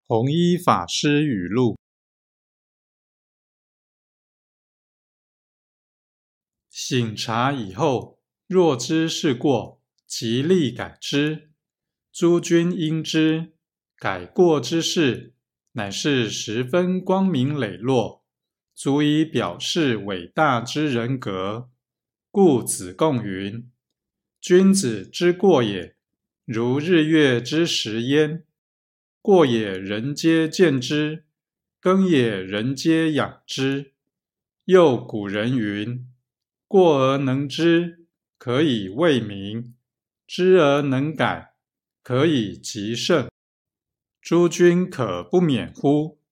弘一法师语录：醒察以后，若知是过，即立改之。诸君应知，改过之事，乃是十分光明磊落，足以表示伟大之人格。故子贡云：君子之过也，如日月之食焉。过也人皆见之，耕也人皆养之。又古人云：过而能知，可以为民；知而能改，可以极胜。诸君可不免乎？